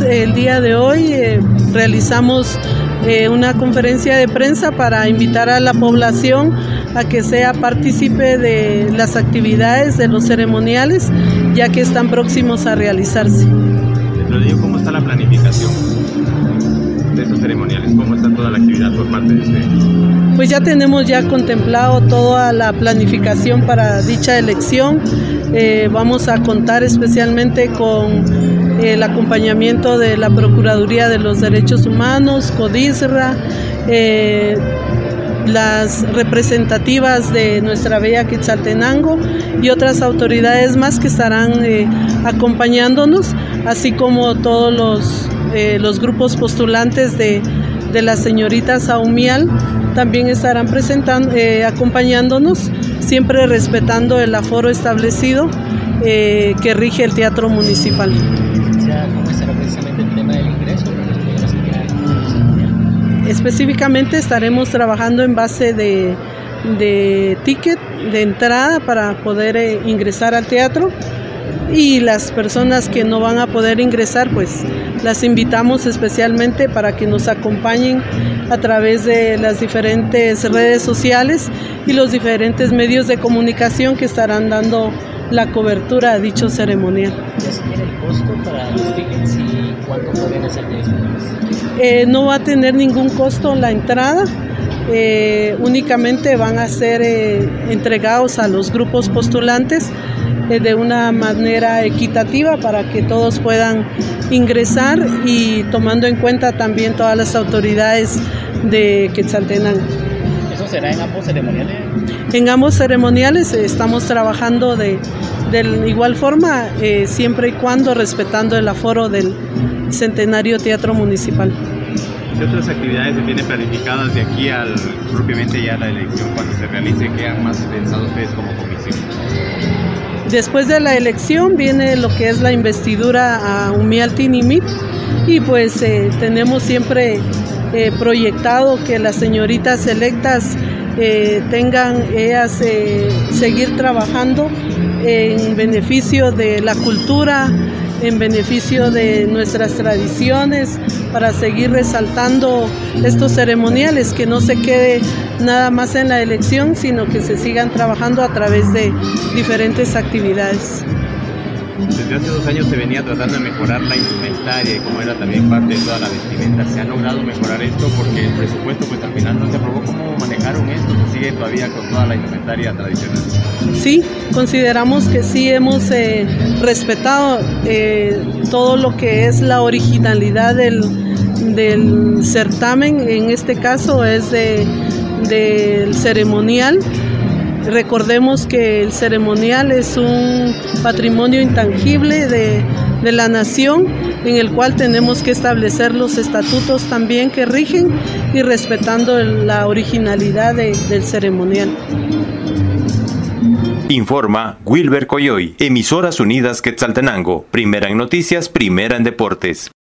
el día de hoy realizamos una conferencia de prensa para invitar a la población a que sea partícipe de las actividades de los ceremoniales, ya que están próximos a realizarse. Dentro de ello, ¿cómo está la planificación de estos ceremoniales? ¿Cómo está toda la actividad por parte de ustedes? Pues ya tenemos contemplado toda la planificación para dicha elección. Vamos a contar especialmente con el acompañamiento de la Procuraduría de los Derechos Humanos, CODISRA, las representativas de nuestra bella Quetzaltenango y otras autoridades más que estarán acompañándonos, así como todos los grupos postulantes de la señorita Saumial también estarán acompañándonos, siempre respetando el aforo establecido que rige el Teatro Municipal. ¿Cómo estará precisamente el tema del ingreso? Específicamente estaremos trabajando en base de ticket de entrada para poder ingresar al teatro, y las personas que no van a poder ingresar, pues las invitamos especialmente para que nos acompañen a través de las diferentes redes sociales y los diferentes medios de comunicación que estarán dando la cobertura a dicho ceremonial. ¿Ya se tiene el costo para los tickets y cuánto pueden hacer de eso? No va a tener ningún costo la entrada, únicamente van a ser entregados a los grupos postulantes de una manera equitativa para que todos puedan ingresar, y tomando en cuenta también todas las autoridades de Quetzaltenango. ¿Eso será en ambos ceremoniales? En ambos ceremoniales estamos trabajando de igual forma, siempre y cuando respetando el aforo del Centenario Teatro Municipal. ¿Qué otras actividades se tienen planificadas de aquí al propiamente ya la elección, cuando se realice? ¿Qué han más pensado ustedes como comisión? Después de la elección viene lo que es la investidura a Umialtinimit, y pues tenemos siempre proyectado que las señoritas electas tengan ellas seguir trabajando en beneficio de la cultura, en beneficio de nuestras tradiciones, para seguir resaltando estos ceremoniales, que no se quede nada más en la elección, sino que se sigan trabajando a través de diferentes actividades. Desde hace 2 años se venía tratando de mejorar la indumentaria, y como era también parte de toda la vestimenta, ¿se ha logrado mejorar esto? Porque el presupuesto pues al final no se aprobó. ¿Cómo manejaron esto? ¿Se sigue todavía con toda la indumentaria tradicional? Sí, consideramos que sí hemos respetado todo lo que es la originalidad del certamen. En este caso es del ceremonial. Recordemos que el ceremonial es un patrimonio intangible de la nación, en el cual tenemos que establecer los estatutos también que rigen, y respetando la originalidad del ceremonial. Informa Wilber Coyoy, Emisoras Unidas Quetzaltenango, primera en noticias, primera en deportes.